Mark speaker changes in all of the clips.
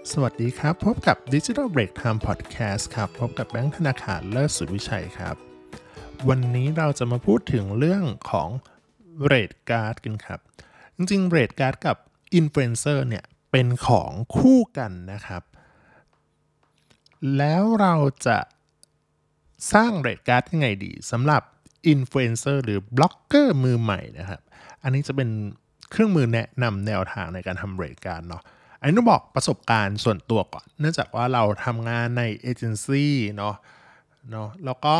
Speaker 1: สวัสดีครับพบกับ Digital Break Time Podcast ครับพบกับแบงค์ธนาคารเลิศสุดวิชัยครับวันนี้เราจะมาพูดถึงเรื่องของ Rate Card กันครับจริงๆ Rate Card กับ Influencer เนี่ยเป็นของคู่กันนะครับแล้วเราจะสร้าง Rate Card ยังไงดีสำหรับ Influencer หรือบล็อกเกอร์มือใหม่นะครับอันนี้จะเป็นเครื่องมือแนะนำแนวทางในการทำ Rate Card เนาะอันนี้ต้องบอกประสบการณ์ส่วนตัวก่อนเนื่องจากว่าเราทำงานในเอเจนซี่เนาะแล้วก็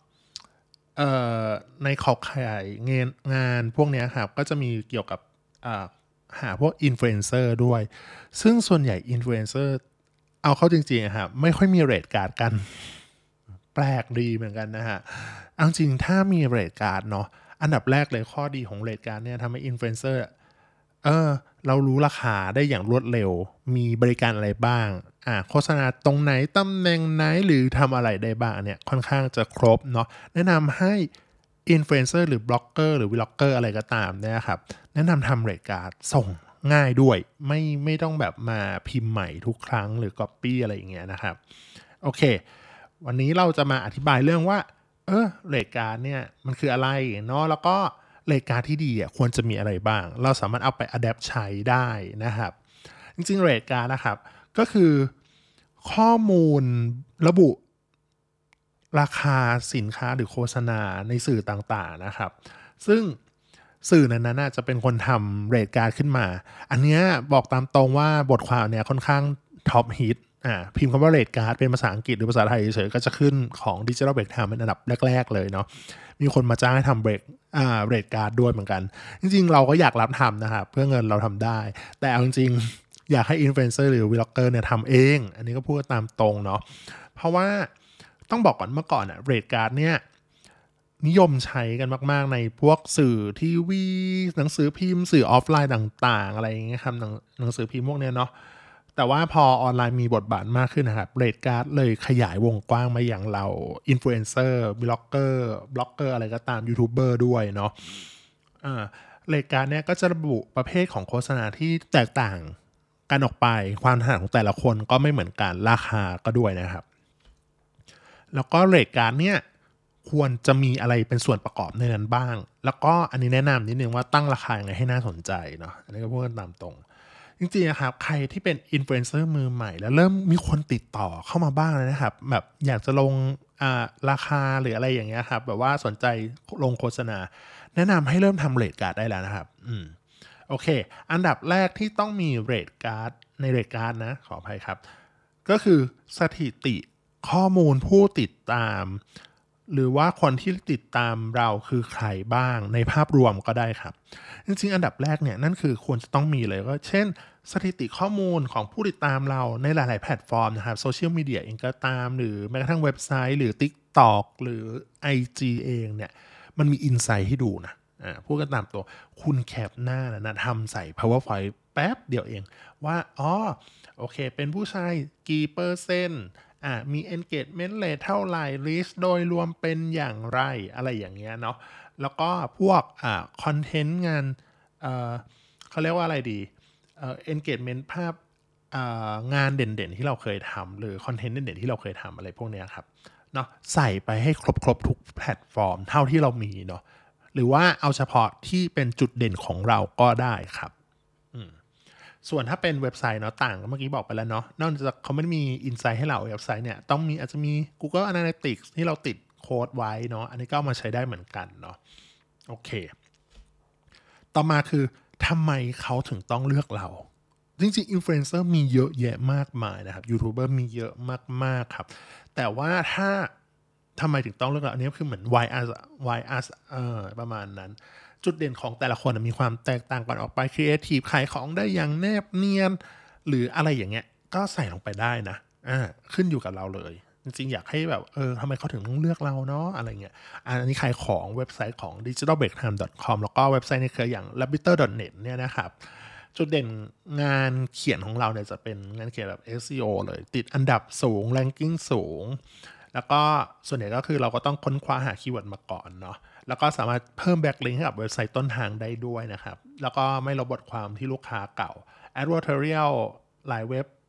Speaker 1: ในขอบข่ายงานพวกนี้ครับก็จะมีเกี่ยวกับหาพวกอินฟลูเอนเซอร์ด้วยซึ่งส่วนใหญ่อินฟลูเอนเซอร์เอาเข้าจริงๆครับไม่ค่อยมีเรทการ์ดกันแปลกดีเหมือนกันนะฮะเอาจริงถ้ามีเรทการ์ดเนาะอันดับแรกเลยข้อดีของเรทการ์ดเนี่ยทำให้อินฟลูเอนเซอร์ เรารู้ราคาได้อย่างรวดเร็ว มีบริการอะไรบ้าง โฆษณาตรงไหน ตำแหน่งไหน หรือทำอะไรได้บ้างเนี่ยค่อนข้างจะครบเนาะแนะนำให้อินฟลูเอนเซอร์หรือบล็อกเกอร์หรือวิล็อกเกอร์อะไรก็ตามเนี่ยครับแนะนำทำรายการส่งง่ายด้วย ไม่ต้องแบบมาพิมพ์ใหม่ทุกครั้งหรือ Copy อะไรอย่างเงี้ยนะครับ โอเค วันนี้เราจะมาอธิบายเรื่องว่าเรทการ์ดเนี่ยมันคืออะไรเนาะแล้วก็เรทการ์ดที่ดีอ่ะควรจะมีอะไรบ้าง เราสามารถเอาไปอัดแอปใช้ได้นะครับจริงๆเรทการ์ดนะครับก็คือข้อมูลระบุราคาสินค้าหรือโฆษณาในสื่อต่างๆนะครับซึ่งสื่อนั้นๆจะเป็นคนทำเรทการ์ดขึ้นมาอันนี้บอกตามตรงว่าบทความเนี่ยค่อนข้างท็อปฮิตพิมพ์คำว่าเรทการ์ดเป็นภาษาอังกฤษหรือภาษาไทยเฉยๆก็จะขึ้นของ Digital Break Time เป็นอันดับแรกๆเลยเนาะมีคนมาจ้างให้ทำเรทการ์ดด้วยเหมือนกันจริงๆเราก็อยากรับทำนะครับเพื่อเงินเราทำได้แต่เอาจริงๆอยากให้อินฟลูเอนเซอร์หรือวิล็อกเกอร์เนี่ยทำเองอันนี้ก็พูดตามตรงเนาะเพราะว่าต้องบอกก่อนเมื่อก่อนอะเรทการ์ดเนี่ยนิยมใช้กันมากๆในพวกสื่อทีวีหนังสือพิมพ์สื่อออฟไลน์ต่างๆอะไรอย่างเงี้ยครับหนังสือพิมพ์พวกเนี้ยเนาะ แต่ว่าพอออนไลน์มีบทบาทมากขึ้นนะครับเรทการ์ดเลยขยายวงกว้างมาอย่างเราอินฟลูเอนเซอร์บล็อกเกอร์อะไรก็ตามยูทูบเบอร์ด้วยเนาะเรทการ์ดเนี่ยก็จะระบุประเภทของโฆษณาที่แตกต่างกันออกไปความถนัดของแต่ละคนก็ไม่เหมือนกันราคาก็ด้วยนะครับแล้วก็เรทการ์ดเนี่ยควรจะมีอะไรเป็นส่วนประกอบในนั้นบ้างแล้วก็อันนี้แนะนำนิดนึงว่าตั้งราคายังไงให้น่าสนใจเนาะอันนี้ก็พูดกันตามตรง จริงๆนะครับใครที่เป็นอินฟลูเอนเซอร์มือใหม่แล้วเริ่มมีคนติดต่อเข้ามาบ้างเลยนะครับแบบอยากจะลงราคาหรืออะไรอย่างเงี้ยครับแบบว่าสนใจลงโฆษณาแนะนำให้เริ่มทำเรทการ์ดได้แล้วนะครับโอเคอันดับแรกที่ต้องมีเรทการ์ดในเรทการ์ดนะขออภัยครับก็คือสถิติข้อมูลผู้ติดตามหรือว่าคนที่ติดตามเราคือใครบ้างในภาพรวมก็ได้ครับ จริงๆอันดับแรกเนี่ยนั่นคือควรจะต้องมีเลยก็เช่นสถิติข้อมูลของผู้ติดตามเราในหลายๆแพลตฟอร์มนะครับโซเชียลมีเดียเองก็ตามหรือแม้กระทั่งเว็บไซต์หรือ TikTok หรือ IG เองเนี่ยมันมีอินไซต์ให้ดูนะพูดกันตามตัวคุณแคปหน้านะทำใส่ PowerPoint แป๊บเดียวเองว่าโอเคเป็นผู้ชายกี่เปอร์เซ็นต์มี engagement rate เท่าไหร่ reach โดยรวมเป็นอย่างไรอะไรอย่างเงี้ยเนาะ แล้วก็พวกคอนเทนต์งานเเขาเรียกว่าอะไรดีengagement ภาพงานเด่นๆที่เราเคยทำหรือคอนเทนต์เด่นๆที่เราเคยทำอะไรพวกเนี้ยครับเนาะใส่ไปให้ครบทุกแพลตฟอร์มเท่าที่เรามีเนาะหรือว่าเอาเฉพาะที่เป็นจุดเด่นของเราก็ได้ครับส่วนถ้าเป็นเว็บไซต์เนาะต่างเมื่อกี้บอกไปแล้วเนาะนอกจากเขาไม่ได้มีอินไซต์ให้เราเว็บไซต์เนี่ยต้องมีอาจจะมี Google Analytics ที่เราติดโค้ดไว้เนาะอันนี้ก็เอามาใช้ได้เหมือนกันเนาะ โอเค ต่อมาคือทำไมเขาถึงต้องเลือกเรา จริงๆอินฟลูเอนเซอร์มีเยอะแยะมากมายนะครับยูทูบเบอร์มีเยอะมากๆครับ แต่ว่าถ้าทำไมถึงต้องเลือกเราอันนี้คือเหมือน why us ประมาณนั้น จุดเด่นของแต่ละคนมีความแตกต่างกันออกไปครีเอทีฟขายของได้อย่างแนบเนียนหรืออะไรอย่างเงี้ยก็ใส่ลงไปได้นะขึ้นอยู่กับเราเลยจริงๆอยากให้แบบทำไมเขาถึงต้องเลือกเราเนาะอะไรเงี้ยอันนี้ขายของเว็บไซต์ของ digitalbreaktime.com แล้วก็เว็บไซต์ในเครืออย่าง rabbiter.net เนี่ยนะครับจุดเด่นงานเขียนของเราเนี่ยจะเป็นงานเขียนแบบ SEO เลยติดอันดับสูง ranking สูงแล้วก็ส่วนใหญ่ก็คือเราก็ต้องค้นคว้าหาคีย์เวิร์ดมาก่อนเนาะแล้วก็สามารถเพิ่มแบ็กลิงก์ให้กับเว็บไซต์ต้นทางได้ด้วยนะครับแล้วก็ไม่ลบบทความที่ลูกค้าเก่า advertorial หลายเว็บ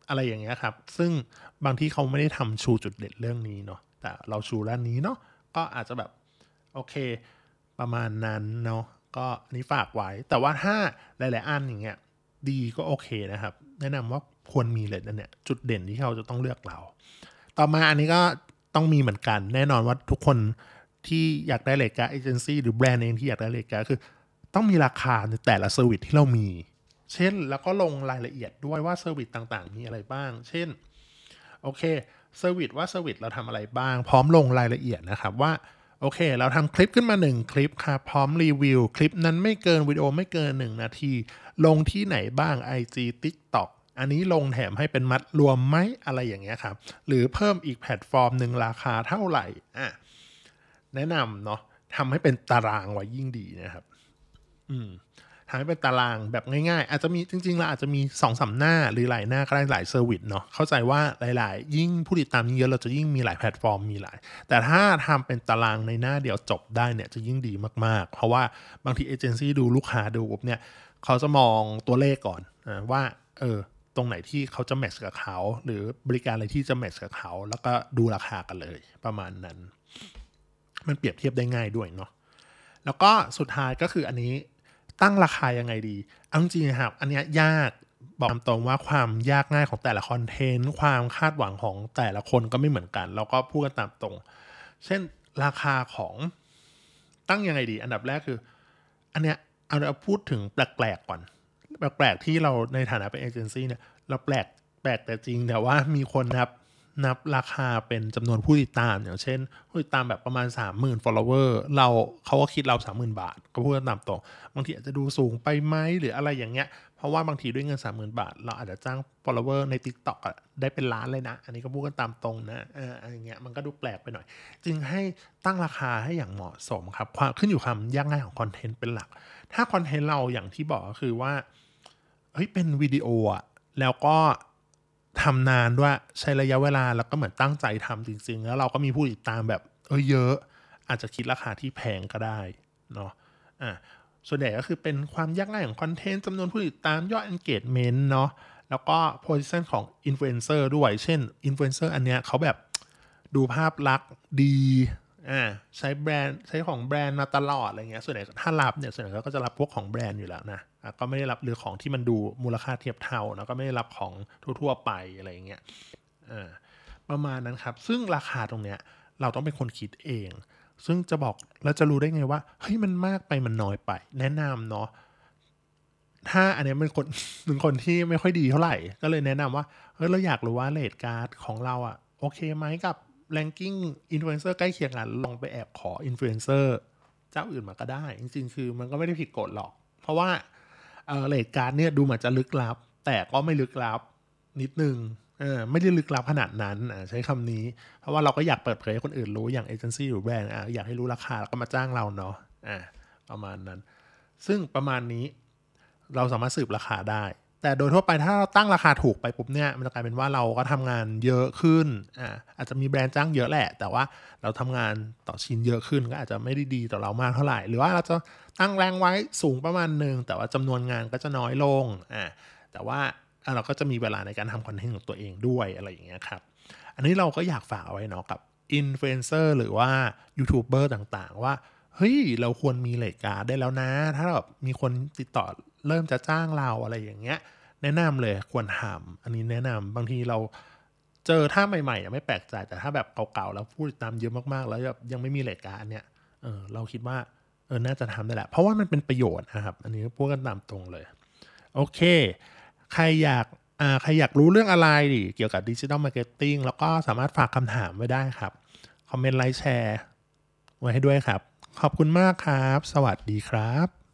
Speaker 1: อะไรอย่างเงี้ยครับซึ่งบางที่เขาไม่ได้ทำชูจุดเด่นเรื่องนี้เนาะแต่เราชูด้านนี้เนาะก็อาจจะแบบโอเคประมาณนั้นเนาะก็อันนี้ฝากไว้แต่ว่าถ้าหลายๆอันอย่างเงี้ยดีก็โอเคนะครับแนะนำว่าควรมีเลยนะเนี่ยจุดเด่นที่เขาจะต้องเลือกเราต่อมาอันนี้ก็ต้องมีเหมือนกันแน่นอนว่าทุกคนที่อยากได้เลทการ์ดเอเจนซี่หรือแบรนด์เองที่อยากได้เลทการ์ดคือต้องมีราคาในแต่ละเซอร์วิสที่เรามีเช่นแล้วก็ลงรายละเอียดด้วยว่าเซอร์วิสต่างๆมีอะไรบ้างเช่นโอเคเซอร์วิสเราทำอะไรบ้างพร้อมลงรายละเอียดนะครับว่าโอเคเราทำคลิปขึ้นมา1คลิปครับพร้อมรีวิวคลิปนั้นไม่เกินวิดีโอไม่เกิน1นาทีลงที่ไหนบ้าง IG TikTok อันนี้ลงแถมให้เป็นมัดรวมไหมอะไรอย่างเงี้ยครับหรือเพิ่มอีกแพลตฟอร์มหนึ่งราคาเท่าไหร่แนะนำเนาะทำให้เป็นตารางไว้ยิ่งดีนะครับทำให้เป็นตารางแบบง่ายๆอาจจะมีจริงๆแล้วอาจจะมี2-3หน้าหรือหลายหน้าก็ได้หลายเซอร์วิสเนาะเข้าใจว่าหลายๆยิ่งผู้ติดตามยิ่งเยอะเราจะยิ่งมีหลายแพลตฟอร์มมีหลายแต่ถ้าทำเป็นตารางในหน้าเดียวจบได้เนี่ยจะยิ่งดีมากๆเพราะว่าบางทีเอเจนซี่ดูลูกค้าดูปุ๊บเนี่ยเขาจะมองตัวเลขก่อนว่าตรงไหนที่เขาจะแมทช์กับเขาหรือบริการอะไรที่จะแมทช์กับเขาแล้วก็ดูราคากันเลยประมาณนั้นมันเปรียบเทียบได้ง่ายด้วยเนาะแล้วก็สุดท้ายก็คืออันนี้ตั้งราคายังไงดีเอาจริงๆครับอันนี้ยากบอกตรงว่าความยากง่ายของแต่ละคอนเทนต์ความคาดหวังของแต่ละคนก็ไม่เหมือนกันแล้วก็พูดกันตามตรงเช่นราคาของตั้งยังไงดีอันดับแรกคืออันเนี้ยเอาพูดถึงแปลกๆก่อนแปลกๆที่เราในฐานะเป็นเอเจนซี่เนี่ยเราแปลกแต่จริงแต่ว่ามีคนนับราคาเป็นจำนวนผู้ติดตามอย่างเช่นผู้ติดตามแบบประมาณ 30,000 follower เขาก็คิดเรา 30,000 บาทก็พูดกันตามตรงบางทีอาจจะดูสูงไปไหมหรืออะไรอย่างเงี้ยเพราะว่าบางทีด้วยเงิน 30,000 บาทเราอาจจะจ้าง follower ใน TikTok ได้เป็นล้านเลยนะอันนี้ก็พูดกันตามตรงนะอะไรเงี้ยมันก็ดูแปลกไปหน่อยจึงให้ตั้งราคาให้อย่างเหมาะสมครับความขึ้นอยู่ความยากง่ายของคอนเทนต์เป็นหลักถ้าคอนเทนต์เราอย่างที่บอกก็คือว่าเป็นวิดีโอแล้วก็ทำนานด้วยใช้ระยะเวลาแล้วก็เหมือนตั้งใจทำจริงๆแล้วเราก็มีผู้ติดตามแบบเยอะอาจจะคิดราคาที่แพงก็ได้เนาะส่วนใหญ่ก็คือเป็นความยากง่ายของคอนเทนต์จำนวนผู้ติดตามยอด engagement เนาะแล้วก็ position ของ influencer ด้วยเช่น influencer อันเนี้ยเขาแบบดูภาพลักษณ์ดีใช้ของแบรนด์มาตลอดอะไรเงี้ยส่วนใหญ่ถ้ารับเนี่ยส่วนใหญ่ก็จะรับพวกของแบรนด์อยู่แล้วนะก็ไม่ได้รับหรือของที่มันดูมูลค่าเทียบเท่านะก็ไม่ได้รับของทั่วๆไปอะไรเงี้ยประมาณนั้นครับซึ่งราคาตรงเนี้ยเราต้องเป็นคนคิดเองซึ่งจะบอกแล้วจะรู้ได้ไงว่าเฮ้ยมันมากไปมันน้อยไปแนะนำเนาะถ้าอันนี้เป็นคนที่ไม่ค่อยดีเท่าไหร่ก็เลยแนะนำว่าเราอยากรู้ว่าเรทการ์ดของเราโอเคไหมกับแรงกิ้งอินฟลูเอนเซอร์ใกล้เคียงกันลองไปแอบขออินฟลูเอนเซอร์เจ้าอื่นมาก็ได้จริงๆคือมันก็ไม่ได้ผิดกฎหรอกเพราะว่าเรทการ์ดเนี่ยดูเหมือนจะลึกลับแต่ก็ไม่ลึกลับนิดนึงไม่ได้ลึกลับขนาดนั้นใช้คำนี้เพราะว่าเราก็อยากเปิดเผยให้คนอื่นรู้อย่างเอเจนซี่หรือแบรนด์อยากให้รู้ราคาแล้วก็มาจ้างเราเนาะประมาณนั้นซึ่งประมาณนี้เราสามารถสืบราคาได้แต่โดยทั่วไปถ้าเราตั้งราคาถูกไปปุ๊บเนี่ยมันจะกลายเป็นว่าเราก็ทำงานเยอะขึ้นอาจจะมีแบรนด์จ้างเยอะแหละแต่ว่าเราทำงานต่อชิ้นเยอะขึ้นก็อาจจะไม่ได้ดีต่อเรามากเท่าไหร่หรือว่าเราจะตั้งแรงไว้สูงประมาณนึงแต่ว่าจำนวนงานก็จะน้อยลงแต่ว่าเราก็จะมีเวลาในการทำคอนเทนต์ของตัวเองด้วยอะไรอย่างเงี้ยครับอันนี้เราก็อยากฝากเอาไว้เนาะกับอินฟลูเอนเซอร์หรือว่ายูทูบเบอร์ต่างๆว่าเฮ้ยเราควรมีเรทการ์ดได้แล้วนะถ้าแบบมีคนติดต่อเริ่มจะจ้างเราอะไรอย่างเงี้ยแนะนำเลยควรทำอันนี้แนะนำบางทีเราเจอท่าใหม่ๆไม่แปลกใจแต่ถ้าแบบเก่าๆแล้วผู้ติดตามเยอะมากๆแล้วแบบยังไม่มีเรทการ์ดเนี่ยเราคิดว่าน่าจะทำได้แหละเพราะว่ามันเป็นประโยชน์นะครับอันนี้พูดกันตามตรงเลยโอเคใครอยากรู้เรื่องอะไรเกี่ยวกับดิจิทัลมาร์เก็ตติ้งแล้วก็สามารถฝากคำถามไว้ได้ครับคอมเมนต์ไลค์แชร์ไว้ให้ด้วยครับขอบคุณมากครับสวัสดีครับ